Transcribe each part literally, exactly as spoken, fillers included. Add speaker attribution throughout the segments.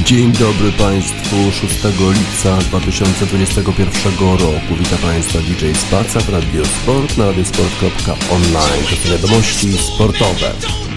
Speaker 1: Dzień dobry Państwu, szóstego lipca dwa tysiące dwudziestego pierwszego roku. Witam Państwa D J Spaca w Radio Sport na radiosport kropka online. To są wiadomości sportowe.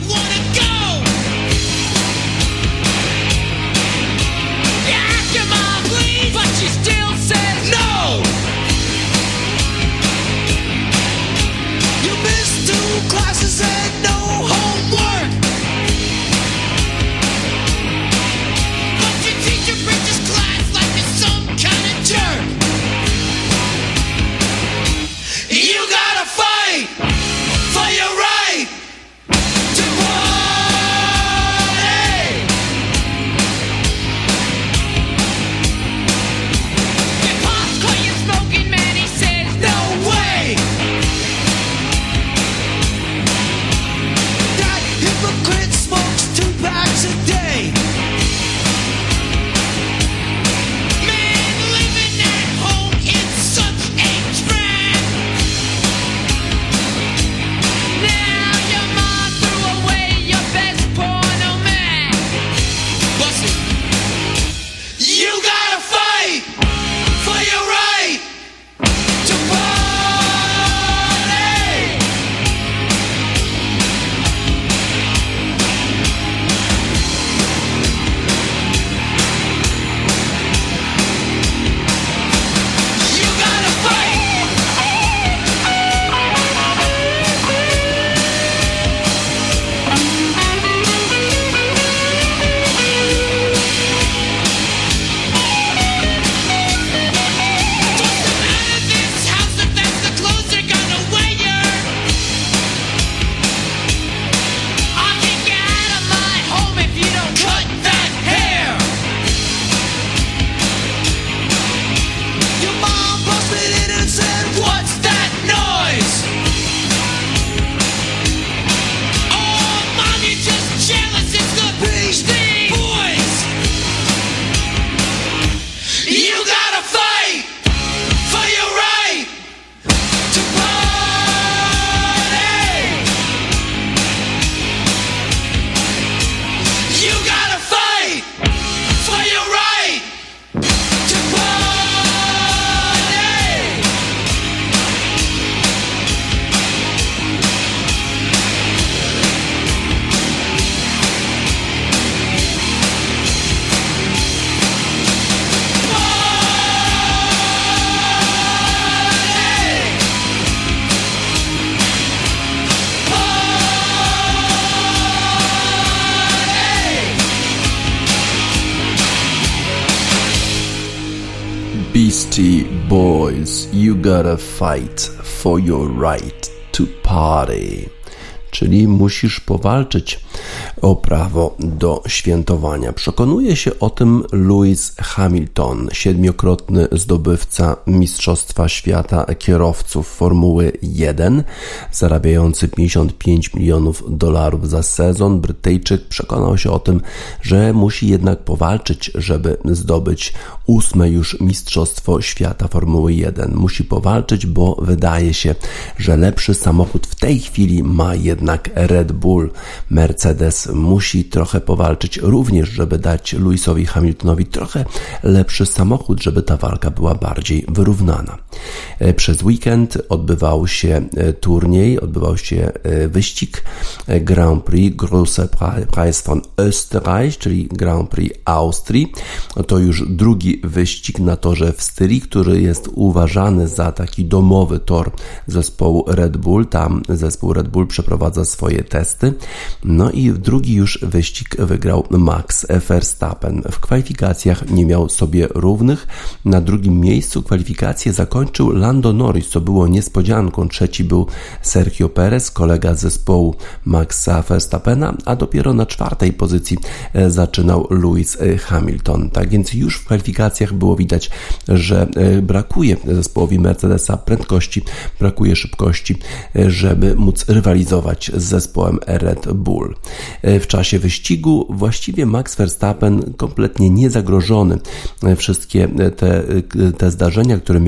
Speaker 1: Beastie Boys, you gotta fight for your right to party. Czyli musisz powalczyć o prawo do świętowania. Przekonuje się o tym Lewis Hamilton, siedmiokrotny zdobywca Mistrzostwa Świata kierowców Formuły jeden, zarabiający pięćdziesiąt pięć milionów dolarów za sezon. Brytyjczyk przekonał się o tym, że musi jednak powalczyć, żeby zdobyć ósme już Mistrzostwo Świata Formuły jeden. Musi powalczyć, bo wydaje się, że lepszy samochód w tej chwili ma jednak Red Bull. Mercedes musi trochę powalczyć również, żeby dać Lewisowi Hamiltonowi trochę lepszy samochód, żeby ta walka była bardziej wyrównana. Przez weekend odbywał się turniej, odbywał się wyścig Grand Prix Großer Preis von Österreich, czyli Grand Prix Austrii. To już drugi wyścig na torze w Styrii, który jest uważany za taki domowy tor zespołu Red Bull. Tam zespół Red Bull przeprowadza swoje testy. No i drugi już wyścig wygrał Max Verstappen. W kwalifikacjach nie miał sobie równych. Na drugim miejscu kwalifikacje zakończył Lando Norris, co było niespodzianką. Trzeci był Sergio Perez, kolega z zespołu Maxa Verstappena, a dopiero na czwartej pozycji zaczynał Lewis Hamilton. Tak więc już w kwalifikacjach było widać, że brakuje zespołowi Mercedesa prędkości, brakuje szybkości, żeby móc rywalizować z zespołem Red Bull. W czasie wyścigu właściwie Max Verstappen kompletnie niezagrożony. Wszystkie te, te zdarzenia, które miały miejsce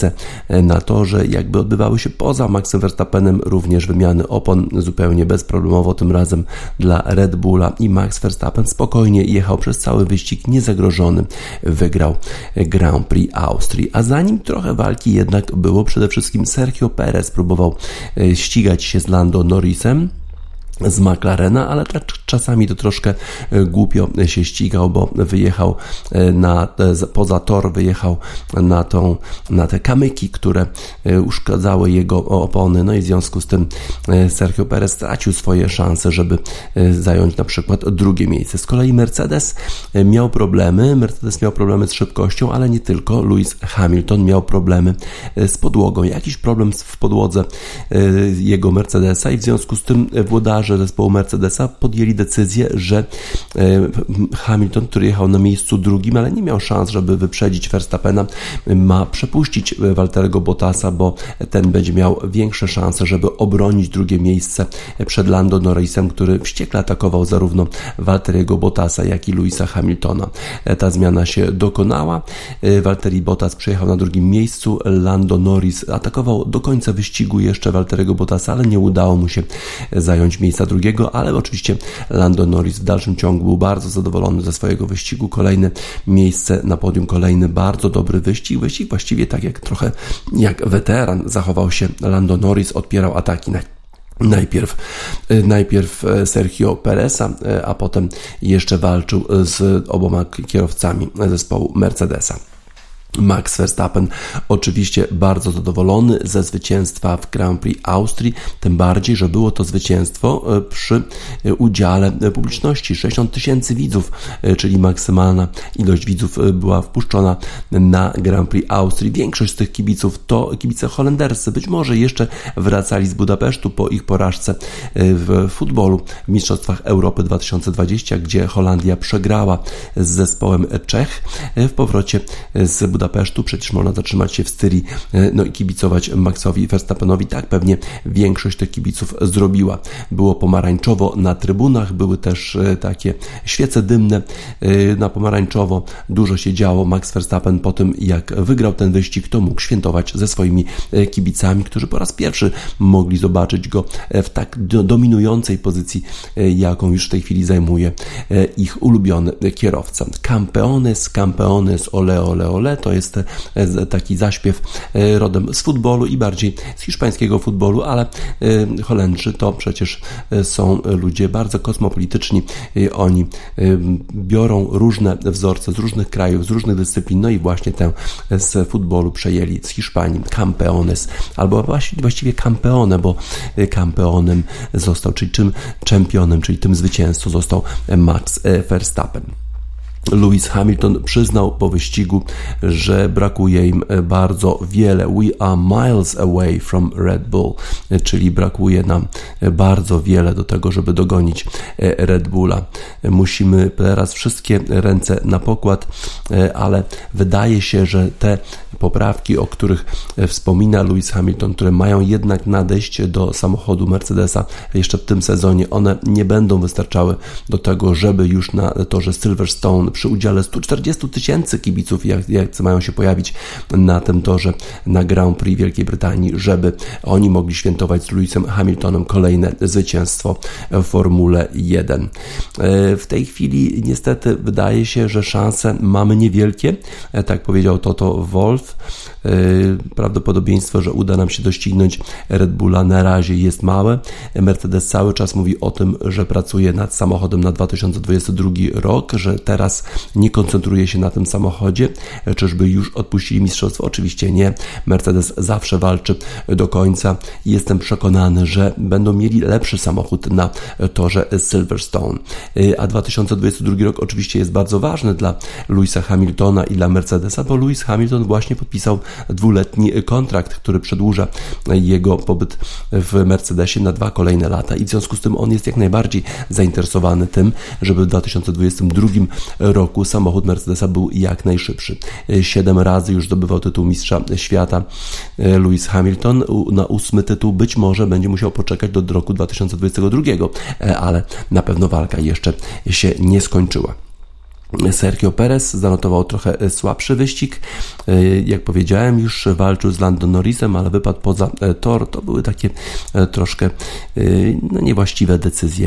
Speaker 1: miejsce na torze, jakby odbywały się poza Maxem Verstappenem również wymiany opon zupełnie bezproblemowo, tym razem dla Red Bulla, i Max Verstappen spokojnie jechał przez cały wyścig niezagrożony, wygrał Grand Prix Austrii, a za nim trochę walki jednak było. Przede wszystkim Sergio Perez próbował ścigać się z Lando Norrisem z McLarena, ale tak czasami to troszkę głupio się ścigał, bo wyjechał na, poza tor, wyjechał na, tą, na te kamyki, które uszkadzały jego opony, no i w związku z tym Sergio Perez stracił swoje szanse, żeby zająć na przykład drugie miejsce. Z kolei Mercedes miał problemy, Mercedes miał problemy z szybkością, ale nie tylko. Lewis Hamilton miał problemy z podłogą, jakiś problem w podłodze jego Mercedesa i w związku z tym włodarze zespołu Mercedesa podjęli decyzję, że Hamilton, który jechał na miejscu drugim, ale nie miał szans, żeby wyprzedzić Verstappena, ma przepuścić Valtteriego Bottasa, bo ten będzie miał większe szanse, żeby obronić drugie miejsce przed Lando Norrisem, który wściekle atakował zarówno Valtteriego Bottasa, jak i Lewisa Hamiltona. Ta zmiana się dokonała. Valtteri Bottas przyjechał na drugim miejscu, Lando Norris atakował do końca wyścigu jeszcze Valtteriego Bottasa, ale nie udało mu się zająć miejsca drugiego, ale oczywiście Lando Norris w dalszym ciągu był bardzo zadowolony ze swojego wyścigu. Kolejne miejsce na podium, kolejny bardzo dobry wyścig. Wyścig właściwie tak jak trochę jak weteran zachował się Lando Norris, odpierał ataki na Najpierw, najpierw Sergio Pereza, a potem jeszcze walczył z oboma kierowcami zespołu Mercedesa. Max Verstappen oczywiście bardzo zadowolony ze zwycięstwa w Grand Prix Austrii, tym bardziej, że było to zwycięstwo przy udziale publiczności. sześćdziesiąt tysięcy widzów, czyli maksymalna ilość widzów była wpuszczona na Grand Prix Austrii. Większość z tych kibiców to kibice holenderscy. Być może jeszcze wracali z Budapesztu po ich porażce w futbolu w Mistrzostwach Europy dwa tysiące dwudziestym, gdzie Holandia przegrała z zespołem Czech. W powrocie z Budapesztu Budapesztu, przecież można zatrzymać się w Styrii, no i kibicować Maxowi Verstappenowi. Tak pewnie większość tych kibiców zrobiła. Było pomarańczowo na trybunach, były też takie świece dymne na pomarańczowo. Dużo się działo. Max Verstappen po tym, jak wygrał ten wyścig, to mógł świętować ze swoimi kibicami, którzy po raz pierwszy mogli zobaczyć go w tak dominującej pozycji, jaką już w tej chwili zajmuje ich ulubiony kierowca. Campeones, campeones, ole, ole, ole, to jest taki zaśpiew rodem z futbolu i bardziej z hiszpańskiego futbolu, ale Holendrzy to przecież są ludzie bardzo kosmopolityczni. Oni biorą różne wzorce z różnych krajów, z różnych dyscyplin, no i właśnie tę z futbolu przejęli z Hiszpanii. Campeones, albo właściwie campeone, bo campeonem został, czyli czym czempionem, czyli tym zwycięzcą został Max Verstappen. Lewis Hamilton przyznał po wyścigu, że brakuje im bardzo wiele. We are miles away from Red Bull, czyli brakuje nam bardzo wiele do tego, żeby dogonić Red Bulla. Musimy teraz wszystkie ręce na pokład, ale wydaje się, że te poprawki, o których wspomina Lewis Hamilton, które mają jednak nadejść do samochodu Mercedesa jeszcze w tym sezonie, one nie będą wystarczały do tego, żeby już na torze Silverstone przy udziale stu czterdziestu tysięcy kibiców, jak, jak mają się pojawić na tym torze na Grand Prix Wielkiej Brytanii, żeby oni mogli świętować z Lewisem Hamiltonem kolejne zwycięstwo w Formule jeden. W tej chwili niestety wydaje się, że szanse mamy niewielkie, tak powiedział Toto Wolff. Prawdopodobieństwo, że uda nam się doścignąć Red Bulla, na razie jest małe. Mercedes cały czas mówi o tym, że pracuje nad samochodem na dwa tysiące dwudziesty drugi rok, że teraz nie koncentruje się na tym samochodzie. Czyżby już odpuścili mistrzostwo? Oczywiście nie. Mercedes zawsze walczy do końca i jestem przekonany, że będą mieli lepszy samochód na torze Silverstone. A dwa tysiące dwudziesty drugi rok oczywiście jest bardzo ważny dla Lewisa Hamiltona i dla Mercedesa, bo Lewis Hamilton właśnie podpisał dwuletni kontrakt, który przedłuża jego pobyt w Mercedesie na dwa kolejne lata i w związku z tym on jest jak najbardziej zainteresowany tym, żeby w dwa tysiące dwudziestym drugim roku samochód Mercedesa był jak najszybszy. Siedem razy już zdobywał tytuł mistrza świata Lewis Hamilton. Na ósmy tytuł być może będzie musiał poczekać do roku dwa tysiące dwudziestego drugiego, ale na pewno walka jeszcze się nie skończyła. Sergio Perez zanotował trochę słabszy wyścig. Jak powiedziałem, już walczył z Lando Norrisem, ale wypadł poza tor. To były takie troszkę no, niewłaściwe decyzje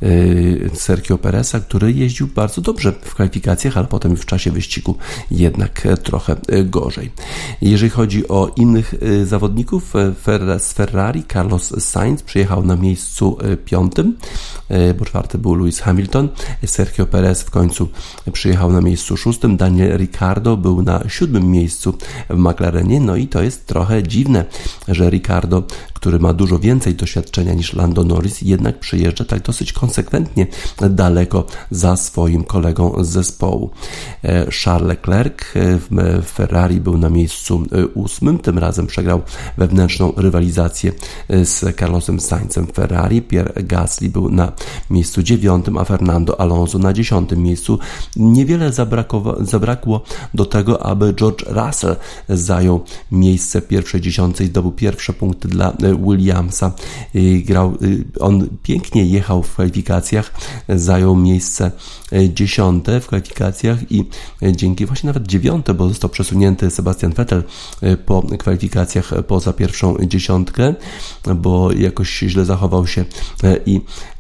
Speaker 1: Sergio Pereza, który jeździł bardzo dobrze w kwalifikacjach, ale potem w czasie wyścigu jednak trochę gorzej. Jeżeli chodzi o innych zawodników z Ferrari, Carlos Sainz przyjechał na miejscu piątym, bo czwarty był Lewis Hamilton. Sergio Perez w końcu przyjechał na miejscu szóstym, Daniel Ricciardo był na siódmym miejscu w McLarenie, no i to jest trochę dziwne, że Ricciardo, który ma dużo więcej doświadczenia niż Lando Norris, jednak przyjeżdża tak dosyć konsekwentnie daleko za swoim kolegą z zespołu. Charles Leclerc w Ferrari był na miejscu ósmym, tym razem przegrał wewnętrzną rywalizację z Carlosem Sainzem w Ferrari. Pierre Gasly był na miejscu dziewiątym, a Fernando Alonso na dziesiątym miejscu. Niewiele zabrakło do tego, aby George Russell zajął miejsce w pierwszej dziesiątce i zdobył pierwsze punkty dla Williamsa. Grał, on pięknie jechał w kwalifikacjach, zajął miejsce dziesiąte w kwalifikacjach i dzięki właśnie nawet dziewiąte, bo został przesunięty Sebastian Vettel po kwalifikacjach poza pierwszą dziesiątkę, bo jakoś źle zachował się i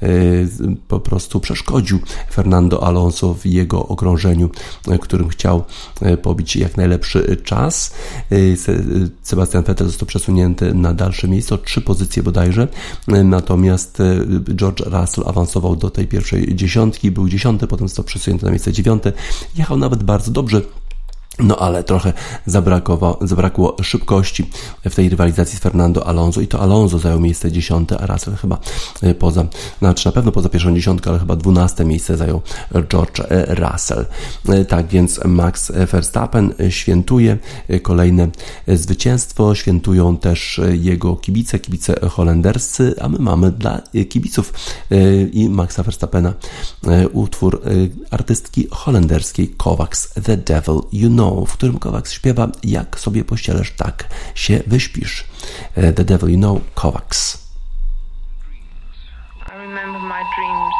Speaker 1: po prostu przeszkodził Fernando Alonso w jego okrążeniu, którym chciał pobić jak najlepszy czas. Sebastian Vettel został przesunięty na dalsze miejsce, o trzy pozycje bodajże, natomiast George Russell awansował do tej pierwszej dziesiątki, był dziesiąty, potem został przesunięty na miejsce dziewiąte, jechał nawet bardzo dobrze. No ale trochę zabrakło, zabrakło szybkości w tej rywalizacji z Fernando Alonso i to Alonso zajął miejsce dziesiąte, a Russell chyba poza, znaczy na pewno poza pierwszą dziesiątkę, ale chyba dwunaste miejsce zajął George Russell. Tak więc Max Verstappen świętuje kolejne zwycięstwo, świętują też jego kibice, kibice holenderscy, a my mamy dla kibiców i Maxa Verstappena utwór artystki holenderskiej Kovacs, The Devil You Know, w którym Kovacs śpiewa: jak sobie pościelesz, tak się wyśpisz. The Devil You Know, Kovacs.
Speaker 2: I remember my dreams.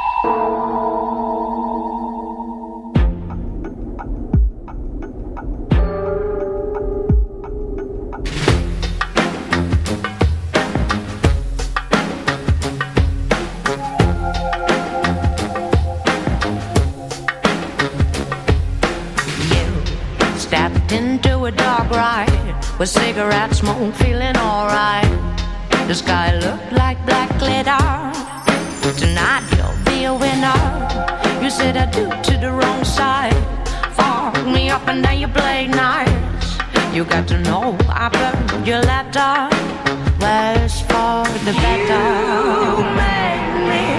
Speaker 3: Stepped into a dark ride with cigarette smoke, feeling alright. The sky looked like black glitter. Tonight you'll be a winner. You said I do to the wrong side. Fuck me up and then you play nice. You got to know I burned your letter. Worse for the better. You made me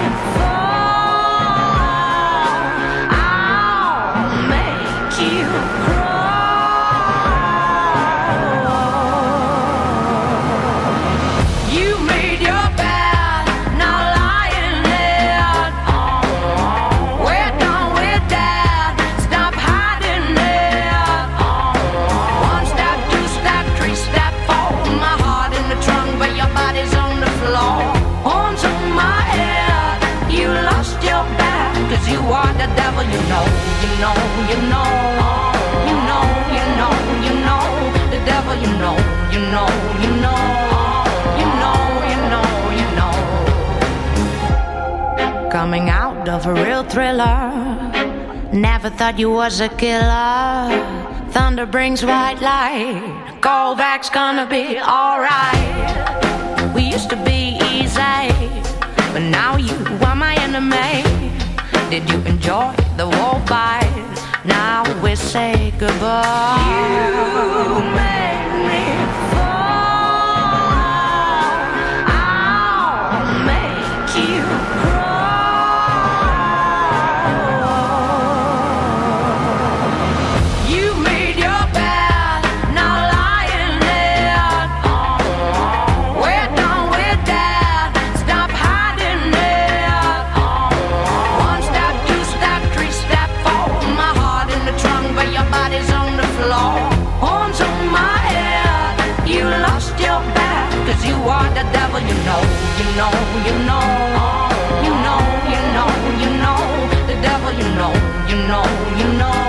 Speaker 3: fall. I'll make you cry. You are the devil, you know, you know, you know, you know, you know, you know, the devil, you know, you know, you know, you know, you know, you know. Coming out of a real thriller, never thought you was a killer. Thunder brings white light, Kovacs gonna be alright. We used to be easy, but now you are my enemy. Did you enjoy the war fight? Now we say goodbye. You made me fall. I'll make you cry. You made your bed, now lie in it. We're done with that. Stop hiding it. Body's on the floor, horns on my head. You lost your back, cause you are the devil, you know, you know, you know, you know, you know, you know, the devil, you know, you know, you know.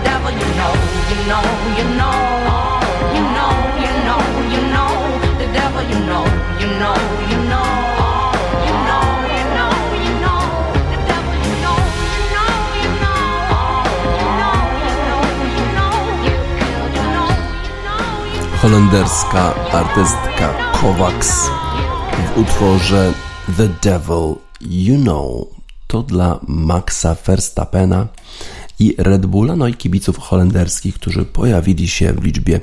Speaker 3: devil, you know, you know, you know, you know, you know, you know, the devil, you know, you know, you know, you know, you know, you know, the devil, you know, you know, you know, you know, you know, you know, you killed, you know, you know, you know.
Speaker 1: Holenderska artystka Kovacs w utworze The Devil You Know. To dla Maxa Verstappena i Red Bulla, no i kibiców holenderskich, którzy pojawili się w liczbie,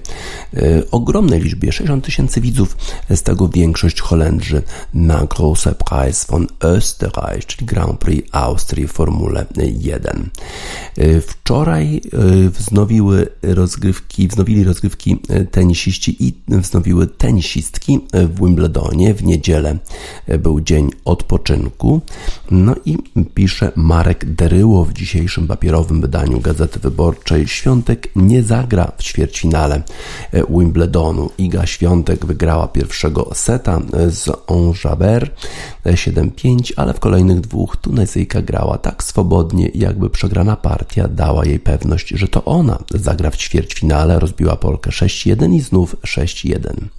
Speaker 1: e, ogromnej liczbie, sześćdziesiąt tysięcy widzów, z tego większość Holendrzy na Große Preis von Österreich, czyli Grand Prix Austrii w Formule jeden. E, wczoraj e, wznowiły rozgrywki, wznowili rozgrywki tenisiści i wznowiły tenisistki w Wimbledonie. W niedzielę był dzień odpoczynku. No i pisze Marek Deryło w dzisiejszym papierowym wydaniu Gazety Wyborczej: Świątek nie zagra w ćwierćfinale Wimbledonu. Iga Świątek wygrała pierwszego seta z Onjaber siedem pięć, ale w kolejnych dwóch Tunezyjka grała tak swobodnie, jakby przegrana partia dała jej pewność, że to ona zagra w ćwierćfinale. Rozbiła Polkę sześć jeden i znów sześć jeden.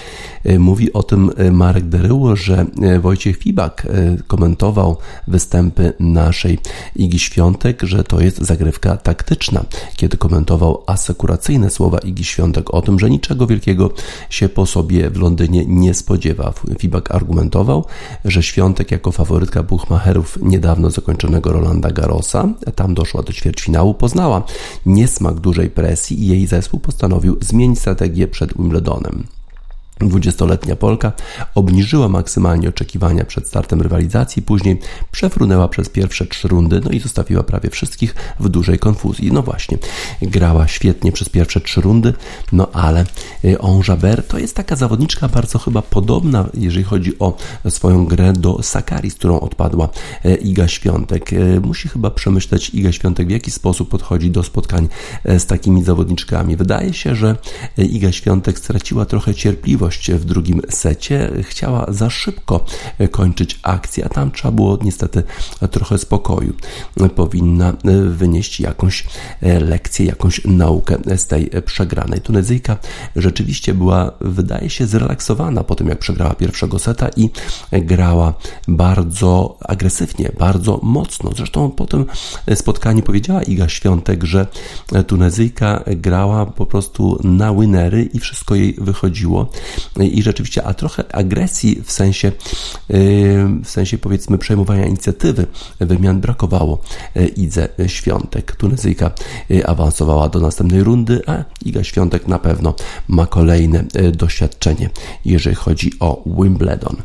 Speaker 1: Mówi o tym Marek Deryło, że Wojciech Fibak komentował występy naszej Igi Świątek, że to jest zagrywka taktyczna. Kiedy komentował asekuracyjne słowa Igi Świątek o tym, że niczego wielkiego się po sobie w Londynie nie spodziewa. Fibak argumentował, że Świątek jako faworytka buchmacherów niedawno zakończonego Rolanda Garrosa, tam doszła do ćwierćfinału, poznała niesmak dużej presji i jej zespół postanowił zmienić strategię przed Wimbledonem. dwudziestoletnia Polka obniżyła maksymalnie oczekiwania przed startem rywalizacji, później przefrunęła przez pierwsze trzy rundy, no i zostawiła prawie wszystkich w dużej konfuzji. No właśnie, grała świetnie przez pierwsze trzy rundy, no ale Onjaber to jest taka zawodniczka bardzo chyba podobna, jeżeli chodzi o swoją grę, do Sakkari, z którą odpadła Iga Świątek. Musi chyba przemyśleć Iga Świątek, w jaki sposób podchodzi do spotkań z takimi zawodniczkami. Wydaje się, że Iga Świątek straciła trochę cierpliwość w drugim secie, chciała za szybko kończyć akcję, a tam trzeba było niestety trochę spokoju. Powinna wynieść jakąś lekcję, jakąś naukę z tej przegranej. Tunezyjka rzeczywiście była, wydaje się, zrelaksowana po tym, jak przegrała pierwszego seta i grała bardzo agresywnie, bardzo mocno. Zresztą po tym spotkaniu powiedziała Iga Świątek, że Tunezyjka grała po prostu na winery i wszystko jej wychodziło. I rzeczywiście, a trochę agresji w sensie, w sensie powiedzmy przejmowania inicjatywy wymian brakowało Idze Świątek. Tunezyjka awansowała do następnej rundy, a Iga Świątek na pewno ma kolejne doświadczenie, jeżeli chodzi o Wimbledon.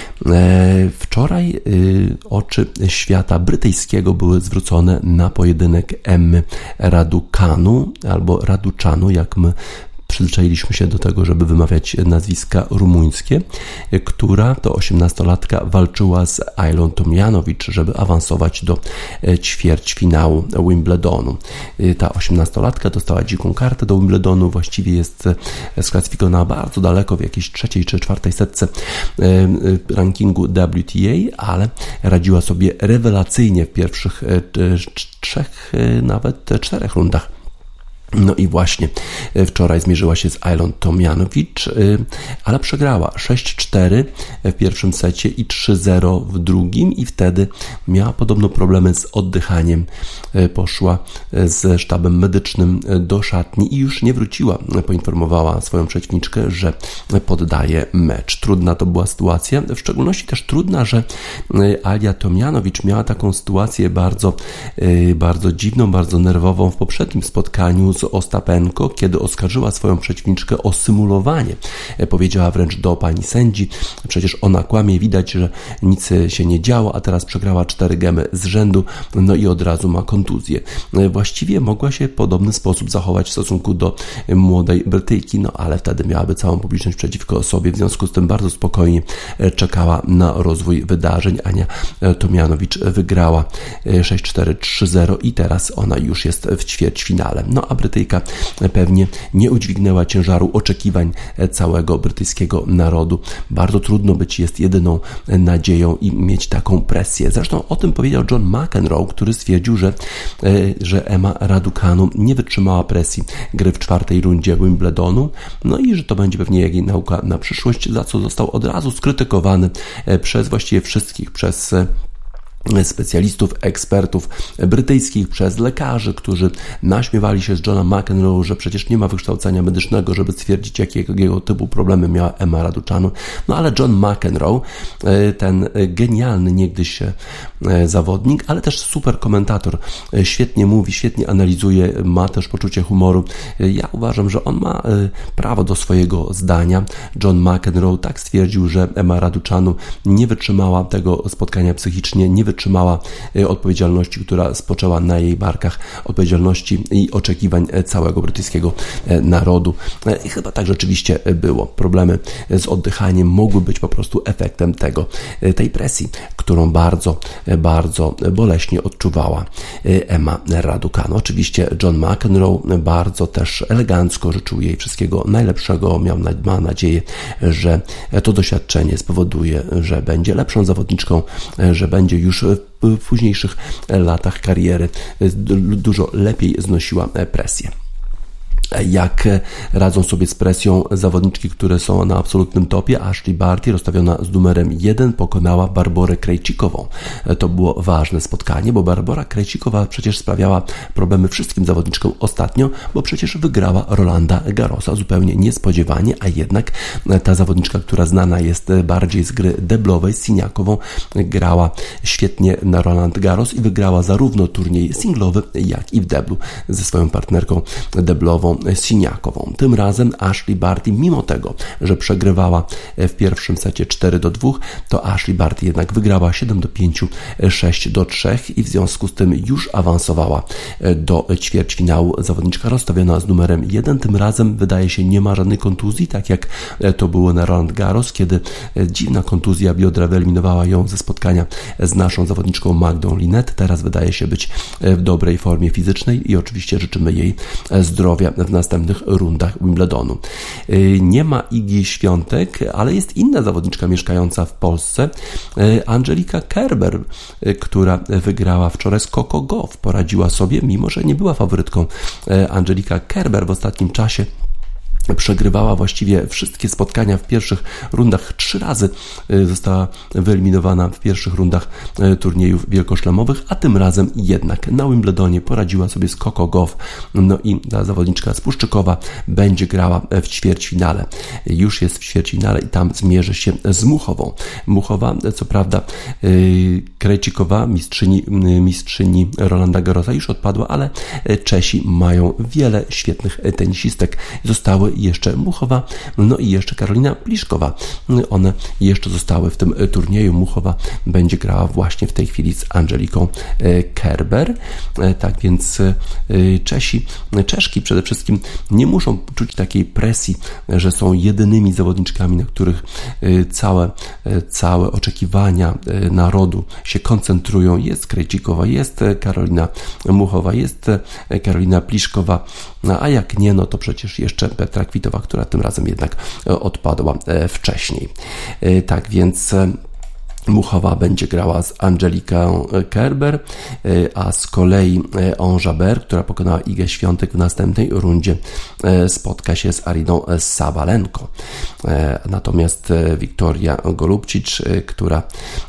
Speaker 1: Wczoraj oczy świata brytyjskiego były zwrócone na pojedynek Emmy Raducanu, albo Raducanu, jak my przyzwyczailiśmy się do tego, żeby wymawiać nazwiska rumuńskie, która to osiemnastolatka walczyła z Ailą Tomljanovic, żeby awansować do ćwierćfinału Wimbledonu. Ta osiemnastolatka dostała dziką kartę do Wimbledonu, właściwie jest sklasyfikowana bardzo daleko, w jakiejś trzeciej czy czwartej setce rankingu W T A, ale radziła sobie rewelacyjnie w pierwszych trzech, nawet czterech rundach. No i właśnie wczoraj zmierzyła się z Ailą Tomljanovic, ale przegrała sześć cztery w pierwszym secie i trzy zero w drugim i wtedy miała podobno problemy z oddychaniem. Poszła z sztabem medycznym do szatni i już nie wróciła. Poinformowała swoją przeciwniczkę, że poddaje mecz. Trudna to była sytuacja, w szczególności też trudna, że Alia Tomljanovic miała taką sytuację bardzo, bardzo dziwną, bardzo nerwową w poprzednim spotkaniu z Ostapenko, kiedy oskarżyła swoją przeciwniczkę o symulowanie. Powiedziała wręcz do pani sędzi, przecież ona kłamie, widać, że nic się nie działo, a teraz przegrała cztery gemy z rzędu, no i od razu ma kontuzję. Właściwie mogła się w podobny sposób zachować w stosunku do młodej Brytyjki, no ale wtedy miałaby całą publiczność przeciwko sobie, w związku z tym bardzo spokojnie czekała na rozwój wydarzeń. Ania Tomljanovic wygrała sześć cztery, trzy zero i teraz ona już jest w ćwierćfinale. No a Brytyjka pewnie nie udźwignęła ciężaru oczekiwań całego brytyjskiego narodu. Bardzo trudno być jest jedyną nadzieją i mieć taką presję. Zresztą o tym powiedział John McEnroe, który stwierdził, że, że Emma Raducanu nie wytrzymała presji gry w czwartej rundzie Wimbledonu, no i że to będzie pewnie jej nauka na przyszłość, za co został od razu skrytykowany przez właściwie wszystkich, przez specjalistów, ekspertów brytyjskich, przez lekarzy, którzy naśmiewali się z Johna McEnroe, że przecież nie ma wykształcenia medycznego, żeby stwierdzić, jakiego typu problemy miała Emma Raducanu. No ale John McEnroe, ten genialny niegdyś zawodnik, ale też super komentator, świetnie mówi, świetnie analizuje, ma też poczucie humoru. Ja uważam, że on ma prawo do swojego zdania. John McEnroe tak stwierdził, że Emma Raducanu nie wytrzymała tego spotkania psychicznie, nie wytrzymała odpowiedzialności, która spoczęła na jej barkach, odpowiedzialności i oczekiwań całego brytyjskiego narodu. I chyba tak rzeczywiście było. Problemy z oddychaniem mogły być po prostu efektem tego, tej presji, którą bardzo, bardzo boleśnie odczuwała Emma Raducanu. Oczywiście John McEnroe bardzo też elegancko życzył jej wszystkiego najlepszego. Miał, ma nadzieję, że to doświadczenie spowoduje, że będzie lepszą zawodniczką, że będzie już w późniejszych latach kariery dużo lepiej znosiła presję. Jak radzą sobie z presją zawodniczki, które są na absolutnym topie? Ashley Barty, rozstawiona z numerem jeden, pokonała Barborę Krejcikową. To było ważne spotkanie, bo Barbora Krejcikowa przecież sprawiała problemy wszystkim zawodniczkom ostatnio, bo przecież wygrała Rolanda Garrosa zupełnie niespodziewanie, a jednak ta zawodniczka, która znana jest bardziej z gry deblowej, z Siniakową, grała świetnie na Roland Garros i wygrała zarówno turniej singlowy, jak i w deblu ze swoją partnerką deblową Siniakową. Tym razem Ashley Barty, mimo tego, że przegrywała w pierwszym secie cztery do dwóch, to Ashley Barty jednak wygrała siedem do pięciu, sześć do trzech i w związku z tym już awansowała do ćwierćfinału. Zawodniczka rozstawiona z numerem jeden, tym razem wydaje się nie ma żadnej kontuzji, tak jak to było na Roland Garros, kiedy dziwna kontuzja biodra wyeliminowała ją ze spotkania z naszą zawodniczką Magdą Linette. Teraz wydaje się być w dobrej formie fizycznej i oczywiście życzymy jej zdrowia w następnych rundach Wimbledonu. Nie ma Igi Świątek, ale jest inna zawodniczka mieszkająca w Polsce, Angelika Kerber, która wygrała wczoraj z Coco Gauff. Poradziła sobie, mimo że nie była faworytką. Angelika Kerber w ostatnim czasie przegrywała właściwie wszystkie spotkania w pierwszych rundach trzy razy. Została wyeliminowana w pierwszych rundach turniejów wielkoszlemowych, a tym razem jednak na Wimbledonie poradziła sobie z Coco Gauff. No i ta zawodniczka Spuszczykowa będzie grała w ćwierćfinale. Już jest w ćwierćfinale i tam zmierzy się z Muchową. Muchowa, co prawda Krejcikowa, mistrzyni, mistrzyni Rolanda Garrosa już odpadła, ale Czesi mają wiele świetnych tenisistek. Zostały jeszcze Muchowa, no i jeszcze Karolina Pliszkowa. One jeszcze zostały w tym turnieju. Muchowa będzie grała właśnie w tej chwili z Angeliką Kerber. Tak więc Czesi, Czeszki przede wszystkim nie muszą czuć takiej presji, że są jedynymi zawodniczkami, na których całe, całe oczekiwania narodu się koncentrują. Jest Krejcikowa, jest Karolina Muchowa, jest Karolina Pliszkowa, a jak nie, no to przecież jeszcze Petra Kwitowa, która tym razem jednak odpadła wcześniej. Tak więc Muchowa będzie grała z Angeliką Kerber, a z kolei On Jabeur, która pokonała Igę Świątek w następnej rundzie, spotka się z Ariną Sabalenko. Natomiast Wiktoria Golubcic, która,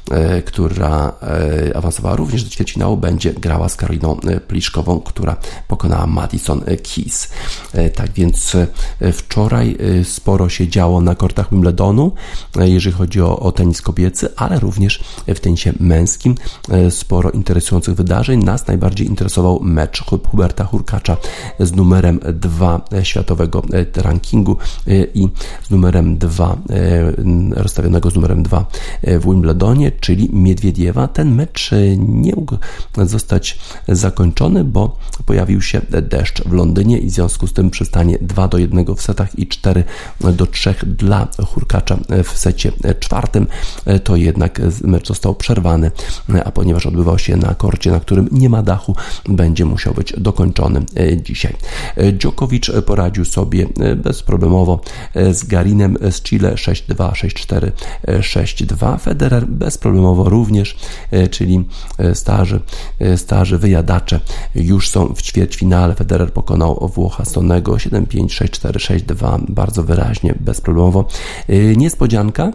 Speaker 1: która awansowała również do ćwierćfinału, będzie grała z Karoliną Pliszkową, która pokonała Madison Keys. Tak więc wczoraj sporo się działo na kortach Wimbledonu, jeżeli chodzi o, o tenis kobiecy, ale również w tenisie męskim sporo interesujących wydarzeń. Nas najbardziej interesował mecz Huberta Hurkacza z numerem dwa światowego rankingu i z numerem dwa, rozstawionego z numerem dwa w Wimbledonie, czyli Miedwiediewa. Ten mecz nie mógł zostać zakończony, bo pojawił się deszcz w Londynie i w związku z tym przystanie dwa do jednego w setach i cztery do trzech dla Hurkacza w secie czwartym. To jednak jednak mecz został przerwany, a ponieważ odbywał się na korcie, na którym nie ma dachu, będzie musiał być dokończony dzisiaj. Djokovic poradził sobie bezproblemowo z Garinem z Chile sześć dwa, sześć cztery, sześć dwa. Federer bezproblemowo również, czyli starzy, starzy wyjadacze już są w ćwierćfinale. Federer pokonał Włocha Sonego siedem pięć, sześć cztery, sześć dwa bardzo wyraźnie, bezproblemowo. Niespodzianka.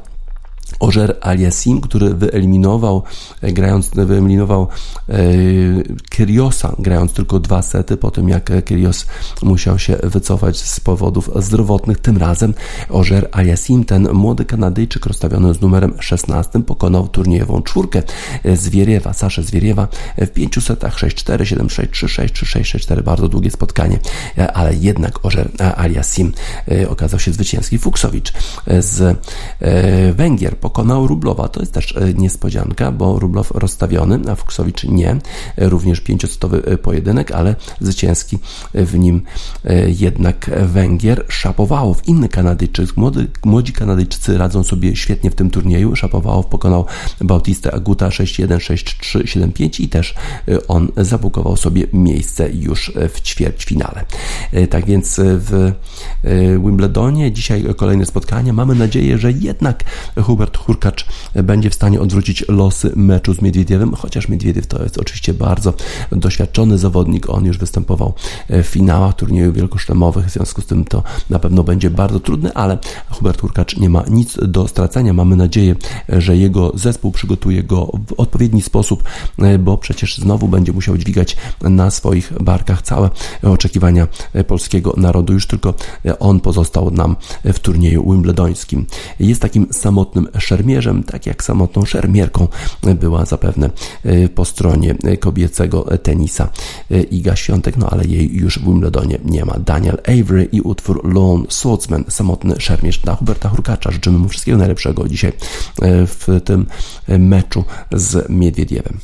Speaker 1: Ożer Aliassim, który wyeliminował, grając, wyeliminował e, Kyriosa, grając tylko dwa sety, po tym jak Kyrgios musiał się wycofać z powodów zdrowotnych. Tym razem Ożer Aliassim, ten młody Kanadyjczyk rozstawiony z numerem szesnastym, pokonał turniejową czwórkę Zwieriewa, Saszę Zwieriewa w pięciu setach sześć cztery, siedem sześć, trzy sześć, trzy sześć, sześć cztery. Bardzo długie spotkanie, ale jednak Ożer Aliassim okazał się zwycięski. Fuksowicz z Węgier pokonał Rublowa. To jest też niespodzianka, bo Rublow rozstawiony, a Fuksowicz nie. Również pięciosetowy pojedynek, ale zwycięski w nim jednak Węgier. Szapowałow, inny Kanadyjczyk. Młody, młodzi Kanadyjczycy radzą sobie świetnie w tym turnieju. Szapowałow pokonał Bautistę Aguta sześć jeden, sześć trzy, siedem pięć i też on zabukował sobie miejsce już w ćwierćfinale. Tak więc w Wimbledonie dzisiaj kolejne spotkania. Mamy nadzieję, że jednak Hubert Hurkacz będzie w stanie odwrócić losy meczu z Miedwiediewem, chociaż Miedwiediew to jest oczywiście bardzo doświadczony zawodnik. On już występował w finałach turniejów wielkoszlemowych, w związku z tym to na pewno będzie bardzo trudne, ale Hubert Hurkacz nie ma nic do stracenia. Mamy nadzieję, że jego zespół przygotuje go w odpowiedni sposób, bo przecież znowu będzie musiał dźwigać na swoich barkach całe oczekiwania polskiego narodu. Już tylko on pozostał nam w turnieju wimbledońskim. Jest takim samotnym szermierzem, tak jak samotną szermierką była zapewne po stronie kobiecego tenisa Iga Świątek, no ale jej już w Wimbledonie nie ma. Daniel Avery i utwór Lone Swordsman, samotny szermierz dla Huberta Hurkacza. Życzymy mu wszystkiego najlepszego dzisiaj w tym meczu z Miedwiediewem.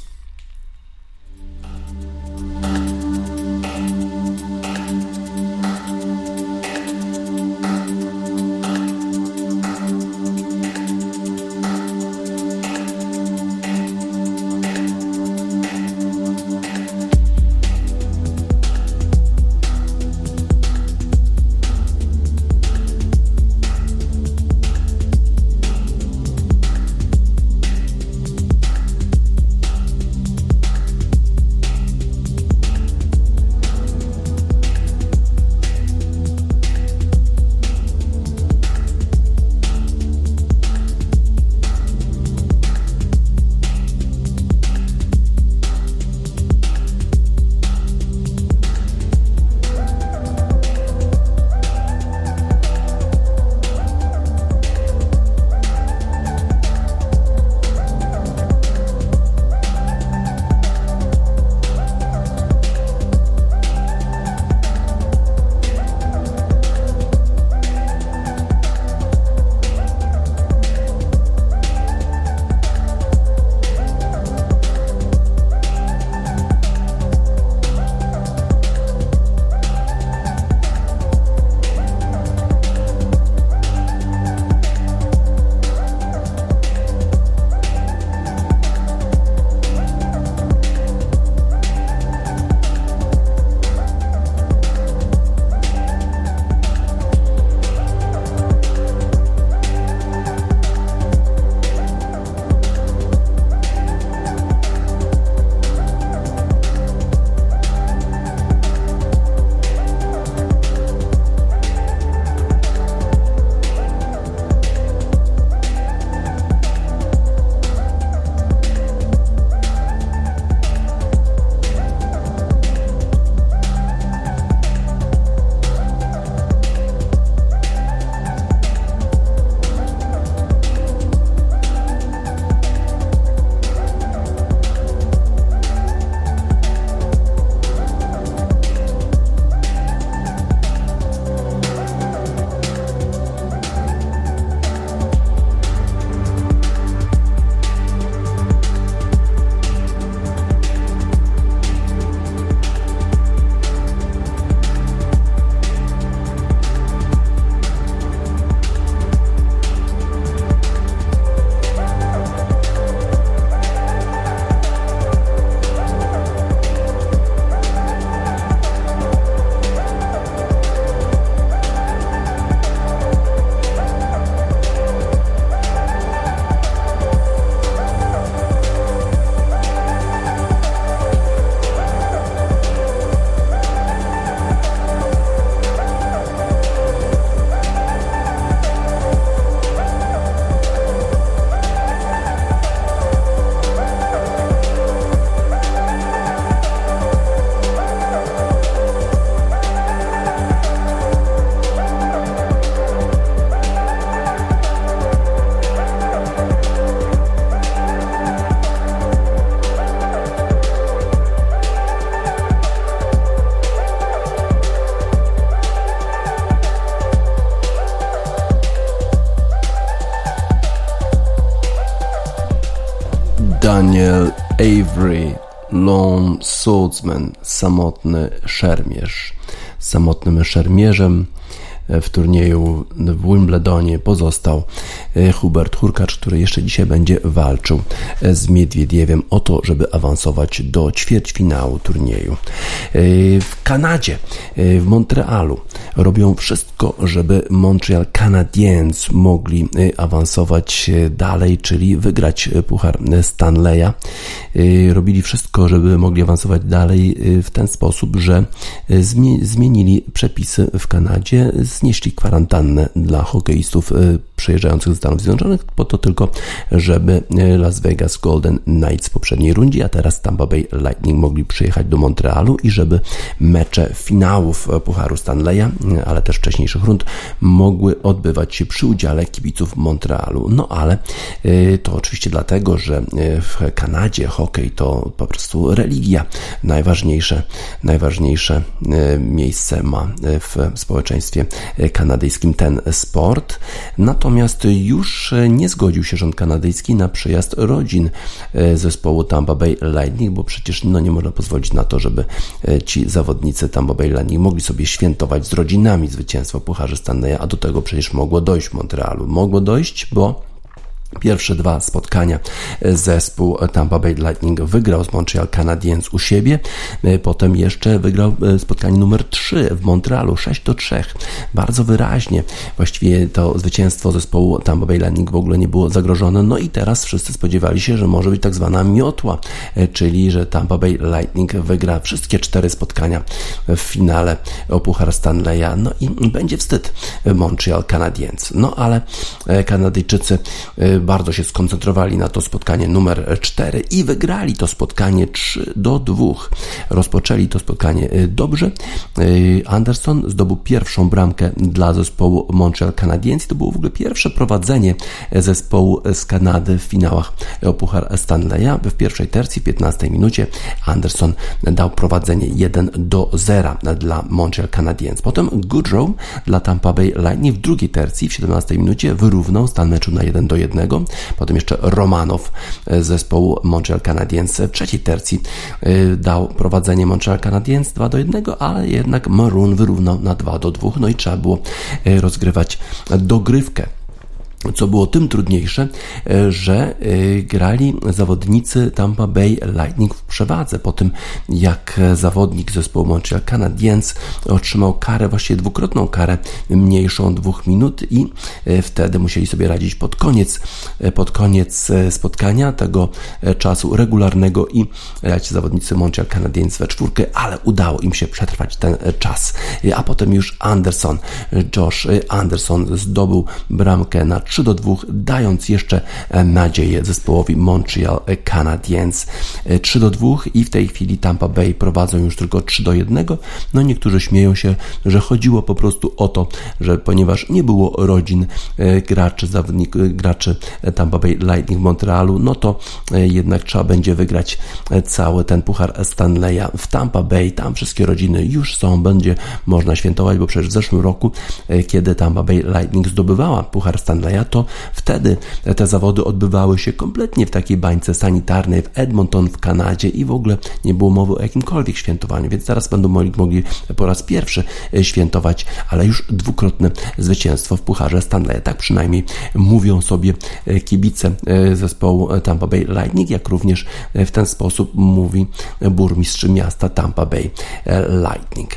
Speaker 1: Daniel Avery, Lone Swordsman, samotny szermierz. Samotnym szermierzem w turnieju w Wimbledonie pozostał Hubert Hurkacz, który jeszcze dzisiaj będzie walczył z Miedwiediewem o to, żeby awansować do ćwierćfinału turnieju. W Kanadzie, w Montrealu robią wszystko, żeby Montreal Canadiens mogli awansować dalej, czyli wygrać Puchar Stanleya. Robili wszystko, żeby mogli awansować dalej w ten sposób, że zmienili przepisy w Kanadzie, znieśli kwarantannę dla hokeistów przyjeżdżających z Stanów Zjednoczonych, po to tylko, żeby Las Vegas Golden Knights w poprzedniej rundzie, a teraz Tampa Bay Lightning mogli przyjechać do Montrealu i żeby mecze finałów Pucharu Stanleya, ale też wcześniejszych rund mogły odbywać się przy udziale kibiców Montrealu. No ale to oczywiście dlatego, że w Kanadzie hokej to po prostu religia. Najważniejsze, najważniejsze miejsce ma w społeczeństwie kanadyjskim ten sport. Natomiast już nie zgodził się rząd kanadyjski na przyjazd rodzin zespołu Tampa Bay Lightning, bo przecież no, nie można pozwolić na to, żeby ci zawodnicy Tampa Bay Lightning mogli sobie świętować z rodzinami zwycięstwo w Pucharze Stanleya, a do tego przecież mogło dojść w Montrealu. Mogło dojść, bo pierwsze dwa spotkania zespół Tampa Bay Lightning wygrał z Montreal Canadiens u siebie, potem jeszcze wygrał spotkanie numer trzy w Montrealu, sześć do trzech. Bardzo wyraźnie. Właściwie to zwycięstwo zespołu Tampa Bay Lightning w ogóle nie było zagrożone. No i teraz wszyscy spodziewali się, że może być tak zwana miotła, czyli że Tampa Bay Lightning wygra wszystkie cztery spotkania w finale o Puchar Stanleya. No i będzie wstyd Montreal Canadiens. No ale Kanadyjczycy bardzo się skoncentrowali na to spotkanie numer cztery i wygrali to spotkanie trzy do dwóch. Rozpoczęli to spotkanie dobrze. Anderson zdobył pierwszą bramkę dla zespołu Montreal Canadiens. To było w ogóle pierwsze prowadzenie zespołu z Kanady w finałach o Puchar Stanleya. W pierwszej tercji, piętnastej minucie, Anderson dał prowadzenie jeden do zera dla Montreal Canadiens. Potem Goodrow dla Tampa Bay Lightning w drugiej tercji, w siedemnastej minucie wyrównał stan meczu na jeden do jednego. Potem jeszcze Romanow z zespołu Montreal Canadiens w trzeciej tercji dał prowadzenie Montreal Canadiens dwa do jednego, ale jednak Maroon wyrównał na dwa do dwóch. No i trzeba było rozgrywać dogrywkę. Co było tym trudniejsze, że grali zawodnicy Tampa Bay Lightning w przewadze po tym, jak zawodnik zespołu Montreal Canadiens otrzymał karę, właściwie dwukrotną karę mniejszą dwóch minut i wtedy musieli sobie radzić pod koniec, pod koniec spotkania tego czasu regularnego i grać zawodnicy Montreal Canadiens we czwórkę, ale udało im się przetrwać ten czas. A potem już Anderson, Josh Anderson zdobył bramkę na trzy do dwóch, dając jeszcze nadzieję zespołowi Montreal Canadiens. trzy do dwóch i w tej chwili Tampa Bay prowadzą już tylko trzy do jednego. No niektórzy śmieją się, że chodziło po prostu o to, że ponieważ nie było rodzin graczy, zawodnik, graczy Tampa Bay Lightning w Montrealu, no to jednak trzeba będzie wygrać cały ten Puchar Stanleya w Tampa Bay. Tam wszystkie rodziny już są, będzie można świętować, bo przecież w zeszłym roku, kiedy Tampa Bay Lightning zdobywała Puchar Stanleya, to wtedy te zawody odbywały się kompletnie w takiej bańce sanitarnej w Edmonton w Kanadzie i w ogóle nie było mowy o jakimkolwiek świętowaniu, więc teraz będą mogli, mogli po raz pierwszy świętować, ale już dwukrotne zwycięstwo w Pucharze Stanleya. Tak przynajmniej mówią sobie kibice zespołu Tampa Bay Lightning, jak również w ten sposób mówi burmistrz miasta Tampa Bay Lightning.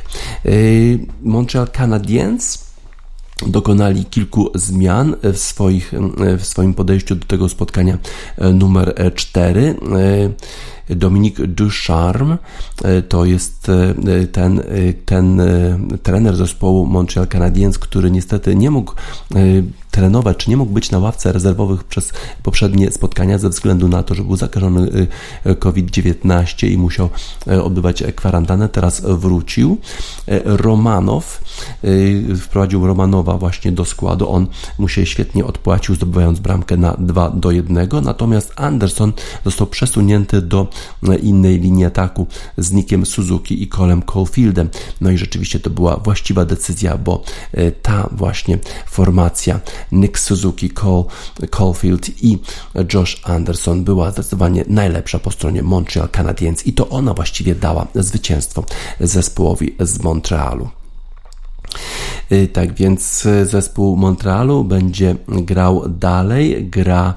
Speaker 1: Montreal Canadiens dokonali kilku zmian w, swoich, w swoim podejściu do tego spotkania numer cztery. Dominique Ducharme to jest ten, ten trener zespołu Montreal Canadiens, który niestety nie mógł trenować, czy nie mógł być na ławce rezerwowych przez poprzednie spotkania ze względu na to, że był zakażony COVID dziewiętnaście i musiał odbywać kwarantannę. Teraz wrócił. Romanow, wprowadził Romanowa właśnie do składu. On mu się świetnie odpłacił, zdobywając bramkę na dwa do jednego. Natomiast Anderson został przesunięty do innej linii ataku z Nickiem Suzuki i Colem Caulfieldem. No i rzeczywiście to była właściwa decyzja, bo ta właśnie formacja Nick Suzuki, Cole Caulfield i Josh Anderson była zdecydowanie najlepsza po stronie Montreal Canadiens i to ona właściwie dała zwycięstwo zespołowi z Montrealu. Tak więc zespół Montrealu będzie grał dalej, gra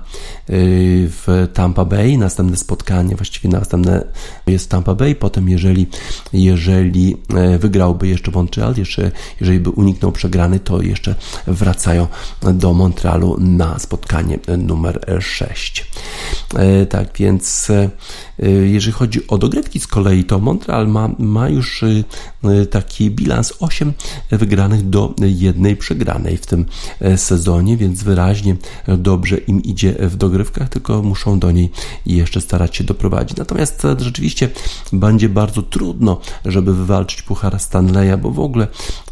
Speaker 1: w Tampa Bay, następne spotkanie, właściwie następne jest Tampa Bay, potem jeżeli, jeżeli wygrałby jeszcze Montreal, jeszcze, jeżeli by uniknął przegrany, to jeszcze wracają do Montrealu na spotkanie numer sześć. Tak więc jeżeli chodzi o dogrywki z kolei, to Montreal ma, ma już taki bilans osiem wygranych do jednej przegranej w tym sezonie, więc wyraźnie dobrze im idzie w dogrywkach, tylko muszą do niej jeszcze starać się doprowadzić. Natomiast rzeczywiście będzie bardzo trudno, żeby wywalczyć puchar Stanleya, bo w ogóle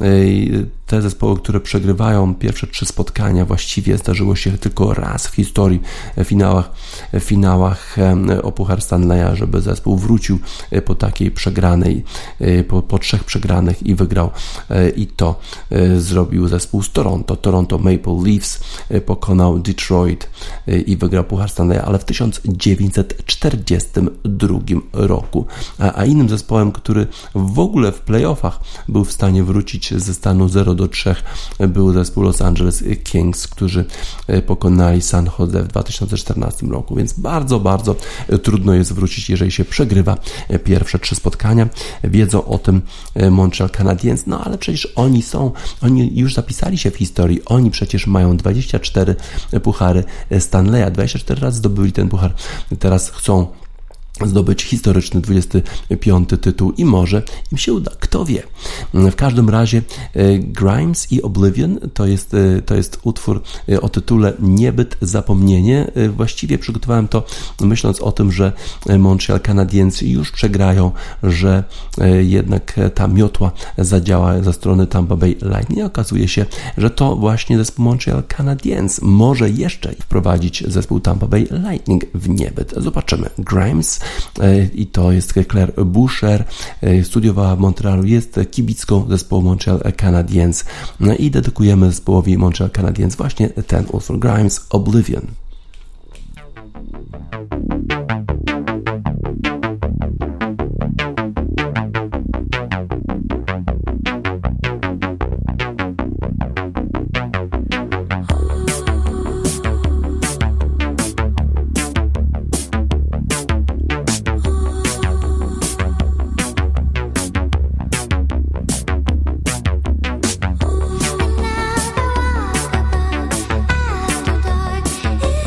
Speaker 1: te zespoły, które przegrywają pierwsze trzy spotkania, właściwie zdarzyło się tylko raz w historii w finałach, w finałach o puchar Stanleya, żeby zespół wrócił po takiej przegranej, po, po trzech przegranych i wygrał, i to zrobił zespół z Toronto. Toronto Maple Leafs pokonał Detroit i wygrał puchar Stanleya, ale w tysiąc dziewięćset czterdziestym drugim roku. A, a innym zespołem, który w ogóle w playoffach był w stanie wrócić ze stanu zero do trzech, był zespół Los Angeles Kings, którzy pokonali San Jose w dwa tysiące czternastym roku, więc bardzo, bardzo trudno jest wrócić, jeżeli się przegrywa pierwsze trzy spotkania. Wiedzą o tym Montreal Canadiens, no ale przecież oni są, oni już zapisali się w historii, oni przecież mają dwadzieścia cztery puchary Stanleya, dwadzieścia cztery razy zdobyli ten puchar, teraz chcą zdobyć historyczny dwudziesty piąty tytuł i może im się uda, kto wie. W każdym razie Grimes i Oblivion to jest, to jest utwór o tytule Niebyt zapomnienie. Właściwie przygotowałem to myśląc o tym, że Montreal Canadiens już przegrają, że jednak ta miotła zadziała ze strony Tampa Bay Lightning. Okazuje się, że to właśnie zespół Montreal Canadiens może jeszcze wprowadzić zespół Tampa Bay Lightning w niebyt. Zobaczymy. Grimes i to jest Claire Boucher, studiowała w Montrealu, jest kibicką zespołu Montreal Canadiens i dedykujemy zespołowi Montreal Canadiens właśnie ten utwór Grimes Oblivion.
Speaker 2: After dark,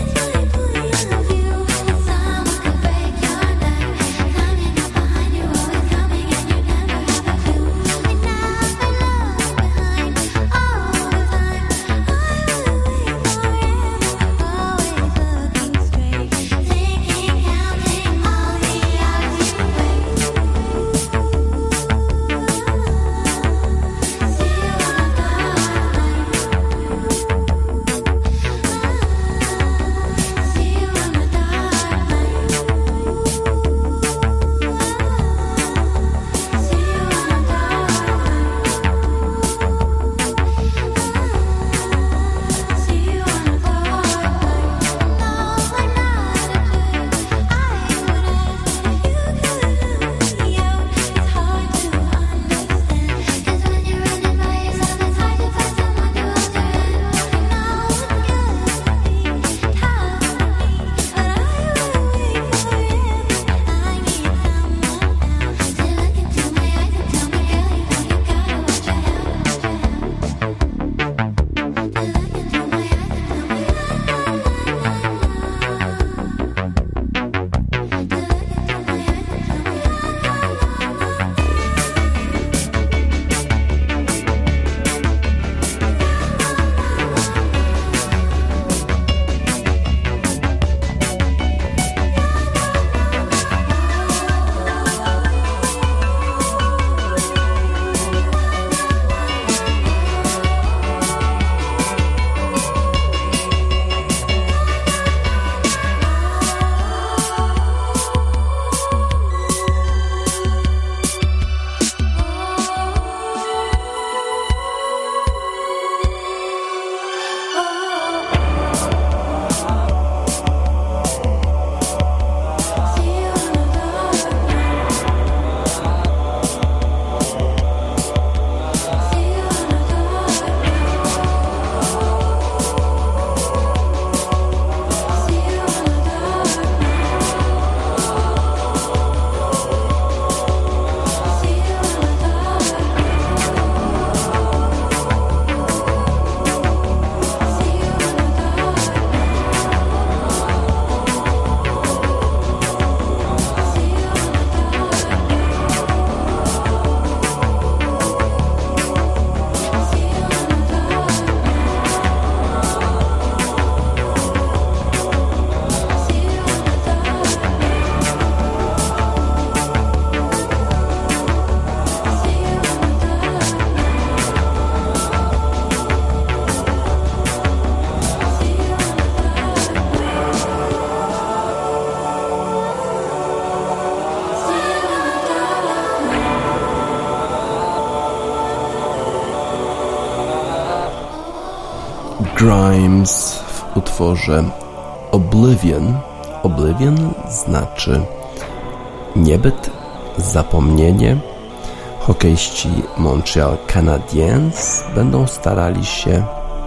Speaker 1: Grimes w utworze Oblivion. Oblivion znaczy niebyt, zapomnienie. Hokeiści Montreal Canadiens będą starali się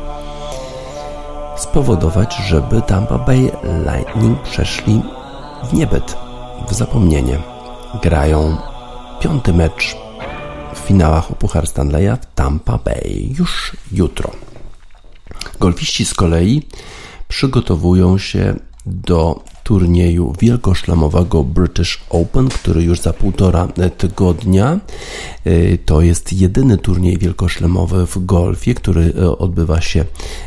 Speaker 1: spowodować, żeby Tampa Bay Lightning przeszli w niebyt, w zapomnienie. Grają piąty mecz w finałach o Puchar Stanleya w Tampa Bay już jutro. Golfiści z kolei przygotowują się do turnieju wielkoszlemowego British Open, który już za półtora tygodnia. To jest jedyny turniej wielkoszlemowy w golfie, który odbywa się,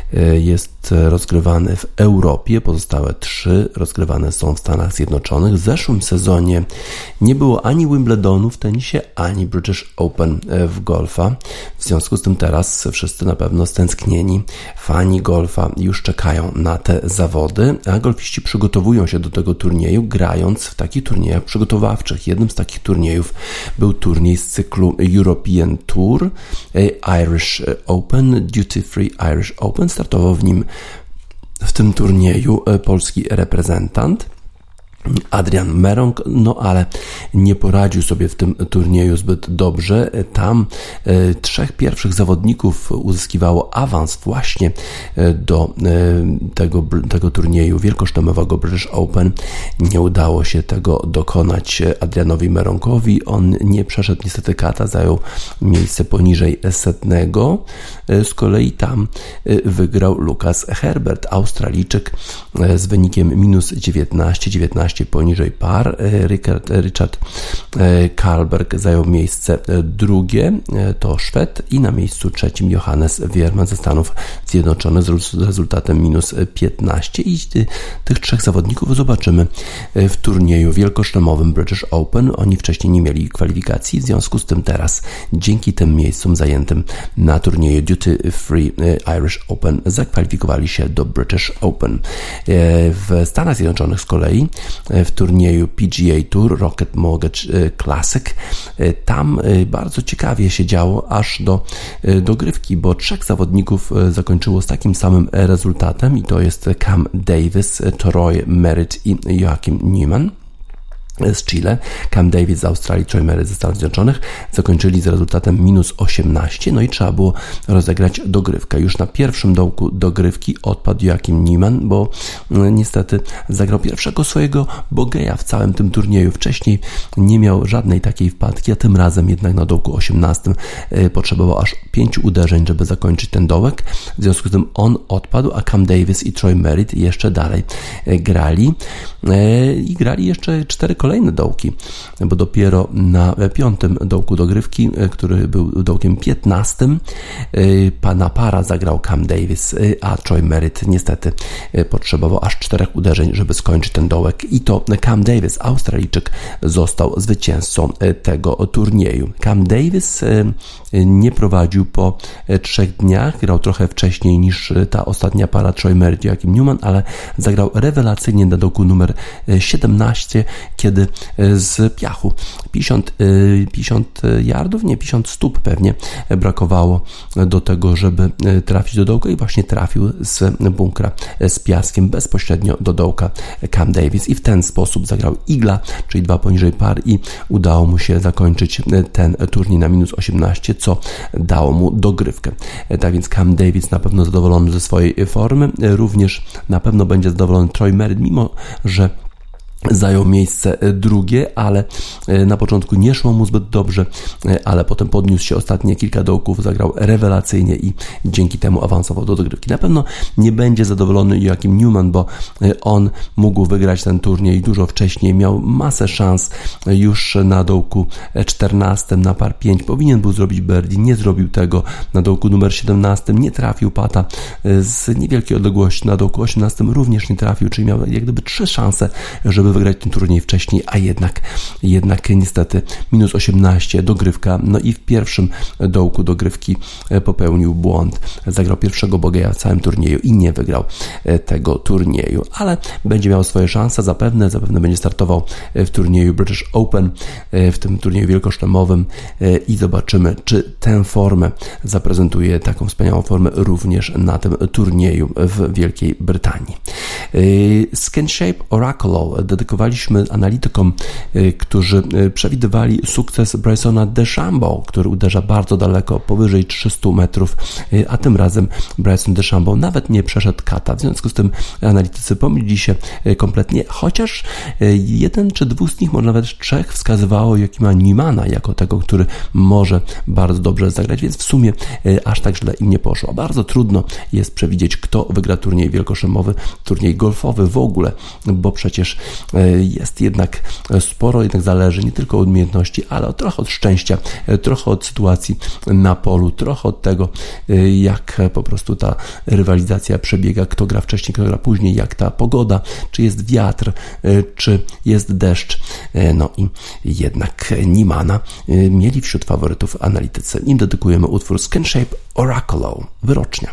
Speaker 1: jest rozgrywany w Europie. Pozostałe trzy rozgrywane są w Stanach Zjednoczonych. W zeszłym sezonie nie było ani Wimbledonu w tenisie, ani British Open w golfa. W związku z tym teraz wszyscy na pewno stęsknieni fani golfa już czekają na te zawody, a golfiści przygotowują się do tego turnieju, grając w takich turniejach przygotowawczych. Jednym z takich turniejów był turniej z cyklu European Tour, Irish Open, Duty Free Irish Open. Startował w nim w tym turnieju polski reprezentant Adrian Meronk, no ale nie poradził sobie w tym turnieju zbyt dobrze. Tam e, trzech pierwszych zawodników uzyskiwało awans właśnie e, do e, tego, tego turnieju wielkoszlemowego British Open. Nie udało się tego dokonać Adrianowi Meronkowi. On nie przeszedł niestety kata, zajął miejsce poniżej setnego. E, z kolei tam e, wygrał Lucas Herbert, Australijczyk e, z wynikiem minus dziewiętnaście dziewiętnaście poniżej par. Richard, Richard Karlberg zajął miejsce drugie, to Szwed, i na miejscu trzecim Johannes Weerman ze Stanów Zjednoczonych z rezultatem minus piętnaście. I tych trzech zawodników zobaczymy w turnieju wielkoszlemowym British Open. Oni wcześniej nie mieli kwalifikacji, w związku z tym teraz dzięki tym miejscom zajętym na turnieju Duty Free Irish Open zakwalifikowali się do British Open. W Stanach Zjednoczonych z kolei w turnieju P G A Tour Rocket Mortgage Classic. Tam bardzo ciekawie się działo aż do dogrywki, bo trzech zawodników zakończyło z takim samym rezultatem i to jest Cam Davis, Troy Merritt i Joachim Newman z Chile. Cam Davis z Australii, Troy Merritt ze Stanów Zjednoczonych zakończyli z rezultatem minus osiemnaście, no i trzeba było rozegrać dogrywkę. Już na pierwszym dołku dogrywki odpadł Joachim Newman, bo niestety zagrał pierwszego swojego bogeja w całym tym turnieju. Wcześniej nie miał żadnej takiej wpadki, a tym razem jednak na dołku osiemnastym potrzebował aż pięciu uderzeń, żeby zakończyć ten dołek. W związku z tym on odpadł, a Cam Davis i Troy Merritt jeszcze dalej grali i grali jeszcze cztery kolejne dołki, bo dopiero na piątym dołku dogrywki, który był dołkiem piętnastym, pana para zagrał Cam Davis, a Troy Merritt niestety potrzebował aż czterech uderzeń, żeby skończyć ten dołek, i to Cam Davis, Australijczyk, został zwycięzcą tego turnieju. Cam Davis nie prowadził po trzech dniach, grał trochę wcześniej niż ta ostatnia para Troy Merritt i Joachim Newman, ale zagrał rewelacyjnie na dołku numer siedemnaście, kiedy z piachu pięćdziesiąt, pięćdziesiąt yardów, nie, pięćdziesiąt stóp pewnie brakowało do tego, żeby trafić do dołka, i właśnie trafił z bunkra z piaskiem bezpośrednio do dołka Cam Davis i w ten sposób zagrał igla, czyli dwa poniżej par, i udało mu się zakończyć ten turniej na minus osiemnaście, co dało mu dogrywkę. Tak więc Cam Davis na pewno zadowolony ze swojej formy, również na pewno będzie zadowolony Troy Merritt, mimo że zajął miejsce drugie, ale na początku nie szło mu zbyt dobrze, ale potem podniósł się ostatnie kilka dołków, zagrał rewelacyjnie i dzięki temu awansował do dogrywki. Na pewno nie będzie zadowolony Joachim Newman, bo on mógł wygrać ten turniej dużo wcześniej, miał masę szans już na dołku czternastym na par pięć, powinien był zrobić birdie, nie zrobił tego. Na dołku numer siedemnastym nie trafił pata z niewielkiej odległości, na dołku osiemnastym również nie trafił, czyli miał jak gdyby trzy szanse, żeby aby wygrać ten turniej wcześniej, a jednak, jednak niestety minus osiemnaście dogrywka, no i w pierwszym dołku dogrywki popełnił błąd, zagrał pierwszego bogeja w całym turnieju i nie wygrał tego turnieju, ale będzie miał swoje szanse, zapewne, zapewne będzie startował w turnieju British Open, w tym turnieju wielkoszlemowym i zobaczymy, czy tę formę zaprezentuje, taką wspaniałą formę również na tym turnieju w Wielkiej Brytanii. SkinShape Oracle dedykowaliśmy analitykom, którzy przewidywali sukces Brysona DeChambeau, który uderza bardzo daleko, powyżej trzysta metrów, a tym razem Bryson DeChambeau nawet nie przeszedł kata. W związku z tym analitycy pomylili się kompletnie, chociaż jeden czy dwóch z nich, może nawet trzech, wskazywało Joachima Nieumana jako tego, który może bardzo dobrze zagrać, więc w sumie aż tak źle im nie poszło. Bardzo trudno jest przewidzieć, kto wygra turniej wielkoszemowy, turniej golfowy w ogóle, bo przecież jest jednak sporo, jednak zależy nie tylko od umiejętności, ale trochę od szczęścia, trochę od sytuacji na polu, trochę od tego, jak po prostu ta rywalizacja przebiega, kto gra wcześniej, kto gra później, jak ta pogoda, czy jest wiatr, czy jest deszcz. No i jednak Nieumana mieli wśród faworytów analitycy. Im dedykujemy utwór SkinShape Oracle, wyrocznia.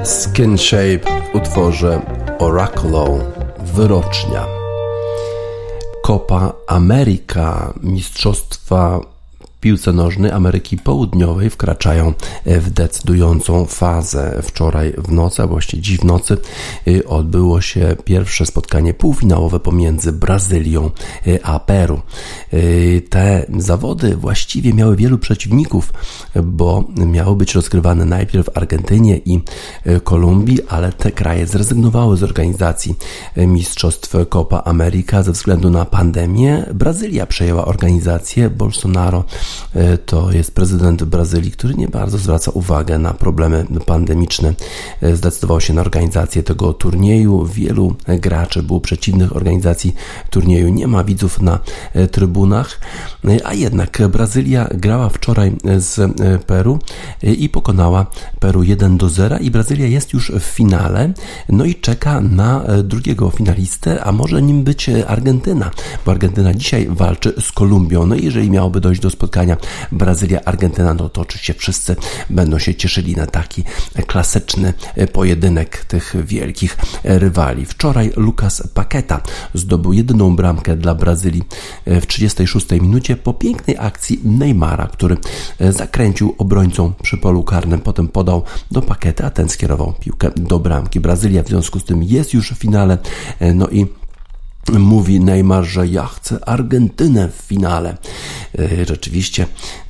Speaker 1: Skin Shape w utworze Oraculo, wyrocznia. Copa America, mistrzostwa w piłce nożnej Ameryki Południowej wkraczają w decydującą fazę. Wczoraj w nocy, a właściwie dziś w nocy, odbyło się pierwsze spotkanie półfinałowe pomiędzy Brazylią a Peru. Te zawody właściwie miały wielu przeciwników, bo miały być rozgrywane najpierw w Argentynie i Kolumbii, ale te kraje zrezygnowały z organizacji mistrzostw Copa America ze względu na pandemię. Brazylia przejęła organizację. Bolsonaro to jest prezydent Brazylii, który nie bardzo zwraca uwagę na problemy pandemiczne. Zdecydował się na organizację tego turnieju. Wielu graczy było przeciwnych organizacji turnieju. Nie ma widzów na trybunach, a jednak Brazylia grała wczoraj z Peru i pokonała Peru jeden do zera i Brazylia jest już w finale, no i czeka na drugiego finalistę, a może nim być Argentyna, bo Argentyna dzisiaj walczy z Kolumbią. No i jeżeli miałoby dojść do spotkania Brazylia-Argentyna, no to oczywiście wszyscy będą się cieszyli na taki klasyczny pojedynek tych wielkich rywali. Wczoraj Lucas Paqueta zdobył jedyną bramkę dla Brazylii w trzydziestej szóstej minucie po pięknej akcji Neymara, który zakręcił obrońcą przy polu karnym, potem podał do Paquety, a ten skierował piłkę do bramki. Brazylia w związku z tym jest już w finale, no i mówi Neymar, że ja chcę Argentynę w finale. Rzeczywiście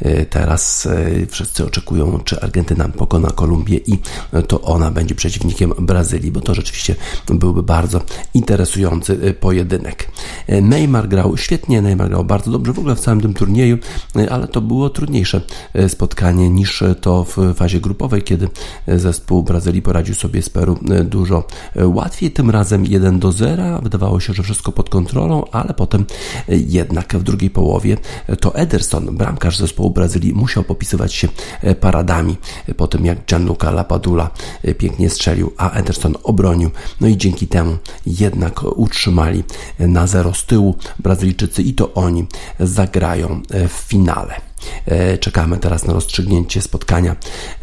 Speaker 1: teraz wszyscy oczekują, czy Argentyna pokona Kolumbię i to ona będzie przeciwnikiem Brazylii, bo to rzeczywiście byłby bardzo interesujący pojedynek. Neymar grał świetnie, Neymar grał bardzo dobrze w ogóle w całym tym turnieju, ale to było trudniejsze spotkanie niż to w fazie grupowej, kiedy zespół Brazylii poradził sobie z Peru dużo łatwiej. Tym razem jeden do zera. Wydawało się, że wszystko pod kontrolą, ale potem jednak w drugiej połowie to Ederson, bramkarz zespołu Brazylii, musiał popisywać się paradami po tym, jak Gianluca Lapadula pięknie strzelił, a Ederson obronił. No i dzięki temu jednak utrzymali na zero z tyłu Brazylijczycy i to oni zagrają w finale. Czekamy teraz na rozstrzygnięcie spotkania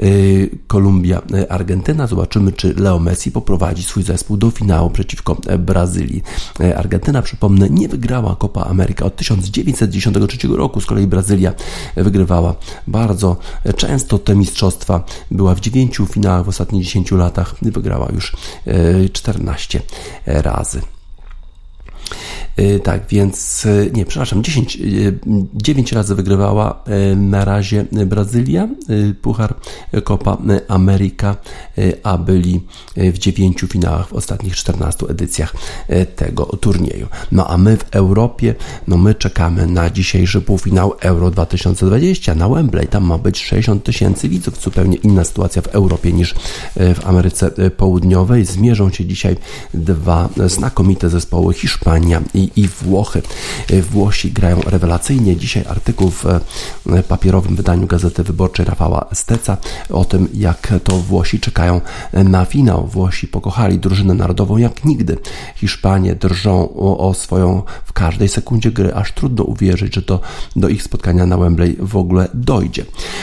Speaker 1: Kolumbia-Argentyna. Zobaczymy, czy Leo Messi poprowadzi swój zespół do finału przeciwko Brazylii. Argentyna, przypomnę, nie wygrała Copa America od tysiąc dziewięćset dziesiątego trzeciego roku. Z kolei Brazylia wygrywała bardzo często te mistrzostwa. Była w dziewięciu finałach w ostatnich dziesięciu latach i wygrała już czternaście razy. Tak, więc nie, przepraszam, dziesięć, dziewięć razy wygrywała na razie Brazylia puchar Copa America, a byli w dziewięciu finałach w ostatnich czternastu edycjach tego turnieju. No a my w Europie, no my czekamy na dzisiejszy półfinał Euro dwa tysiące dwadzieścia na Wembley. Tam ma być sześćdziesiąt tysięcy widzów, zupełnie inna sytuacja w Europie niż w Ameryce Południowej. Zmierzą się dzisiaj dwa znakomite zespoły, Hiszpania i i Włochy. Włosi grają rewelacyjnie. Dzisiaj artykuł w papierowym wydaniu Gazety Wyborczej Rafała Steca o tym, jak to Włosi czekają na finał. Włosi pokochali drużynę narodową jak nigdy. Hiszpanie drżą o, o swoją w każdej sekundzie gry, aż trudno uwierzyć, że to do ich spotkania na Wembley w ogóle dojdzie.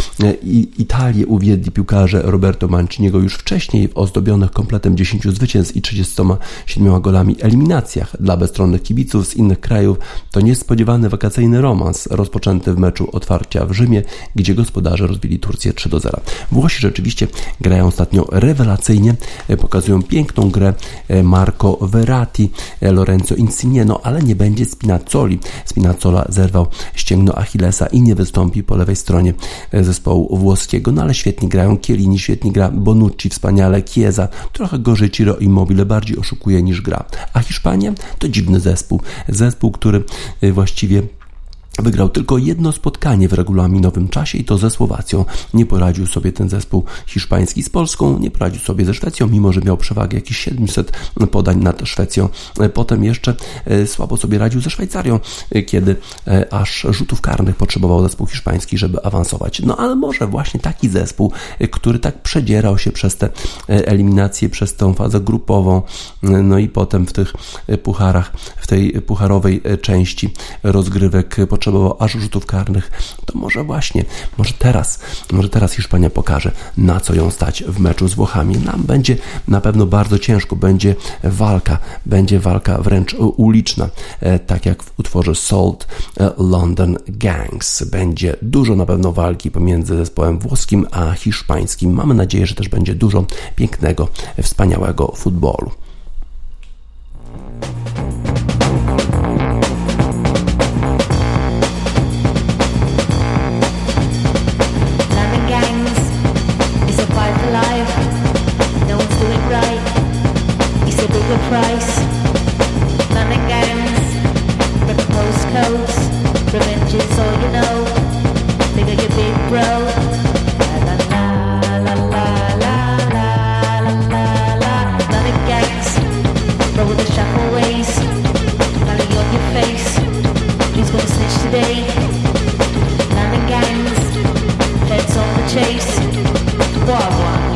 Speaker 1: I Italię uwiedli piłkarze Roberto Manciniego już wcześniej w ozdobionych kompletem dziesięciu zwycięstw i trzydziestoma siedmioma golami eliminacjach. Dla bezstronnych kibiców z innych krajów to niespodziewany wakacyjny romans rozpoczęty w meczu otwarcia w Rzymie, gdzie gospodarze rozbili Turcję trzy do zera. Włosi rzeczywiście grają ostatnio rewelacyjnie, pokazują piękną grę Marco Verratti, Lorenzo Insigne, no ale nie będzie Spinazzoli. Spinazzola zerwał ścięgno Achillesa i nie wystąpi po lewej stronie zespołu włoskiego, no ale świetnie grają Chiellini, świetnie gra Bonucci, wspaniale Chiesa, trochę gorzej Ciro Immobile, bardziej oszukuje niż gra. A Hiszpania to dziwny zespół. Zespół, który właściwie wygrał tylko jedno spotkanie w regulaminowym czasie i to ze Słowacją. Nie poradził sobie ten zespół hiszpański z Polską, nie poradził sobie ze Szwecją, mimo że miał przewagę jakieś siedemset podań nad Szwecją. Potem jeszcze słabo sobie radził ze Szwajcarią, kiedy aż rzutów karnych potrzebował zespół hiszpański, żeby awansować. No ale może właśnie taki zespół, który tak przedzierał się przez te eliminacje, przez tę fazę grupową, no i potem w tych pucharach, w tej pucharowej części rozgrywek potrzebował potrzebował aż rzutów karnych, to może właśnie, może teraz, może teraz Hiszpania pokaże, na co ją stać w meczu z Włochami. Nam będzie na pewno bardzo ciężko, będzie walka, będzie walka wręcz uliczna, tak jak w utworze Salt London Gangs. Będzie dużo na pewno walki pomiędzy zespołem włoskim a hiszpańskim. Mamy nadzieję, że też będzie dużo pięknego, wspaniałego futbolu.
Speaker 3: Price, London gangs, rip postcodes, revenge is all you know. Think of your big bro. La la la la la la la la la. London gangs, roll with the shuffle ways. Rally on your face. Who's gonna snitch today? London gangs, heads on the chase. Wah wah.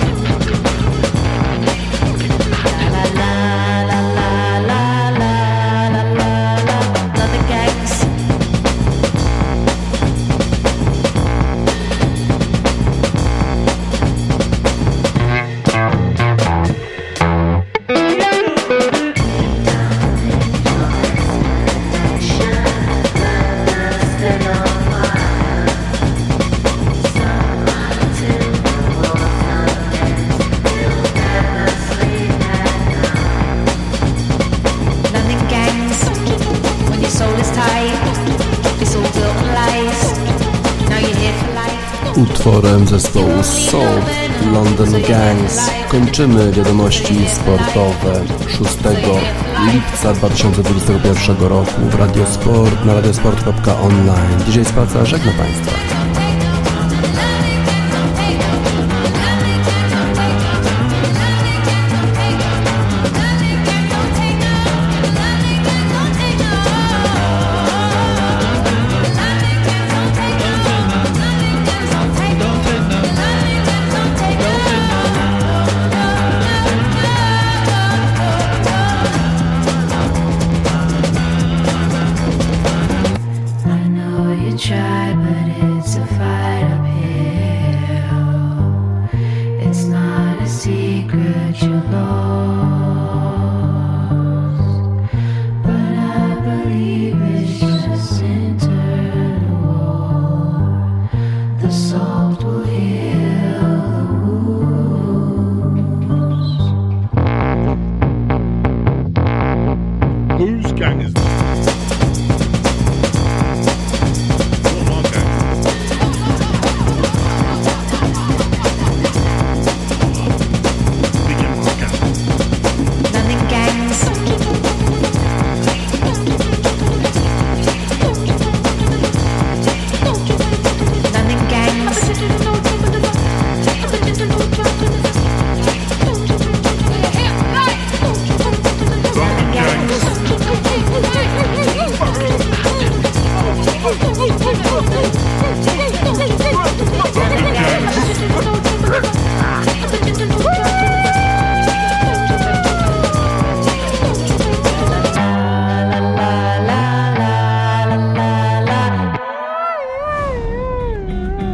Speaker 1: Utworem zespołu Salt London Gangs kończymy wiadomości sportowe szóstego lipca dwa tysiące dwudziestego pierwszego roku w Radiosport na radiosport kropka online. D J Spaca żegna Państwa.
Speaker 3: It's not a secret, you know.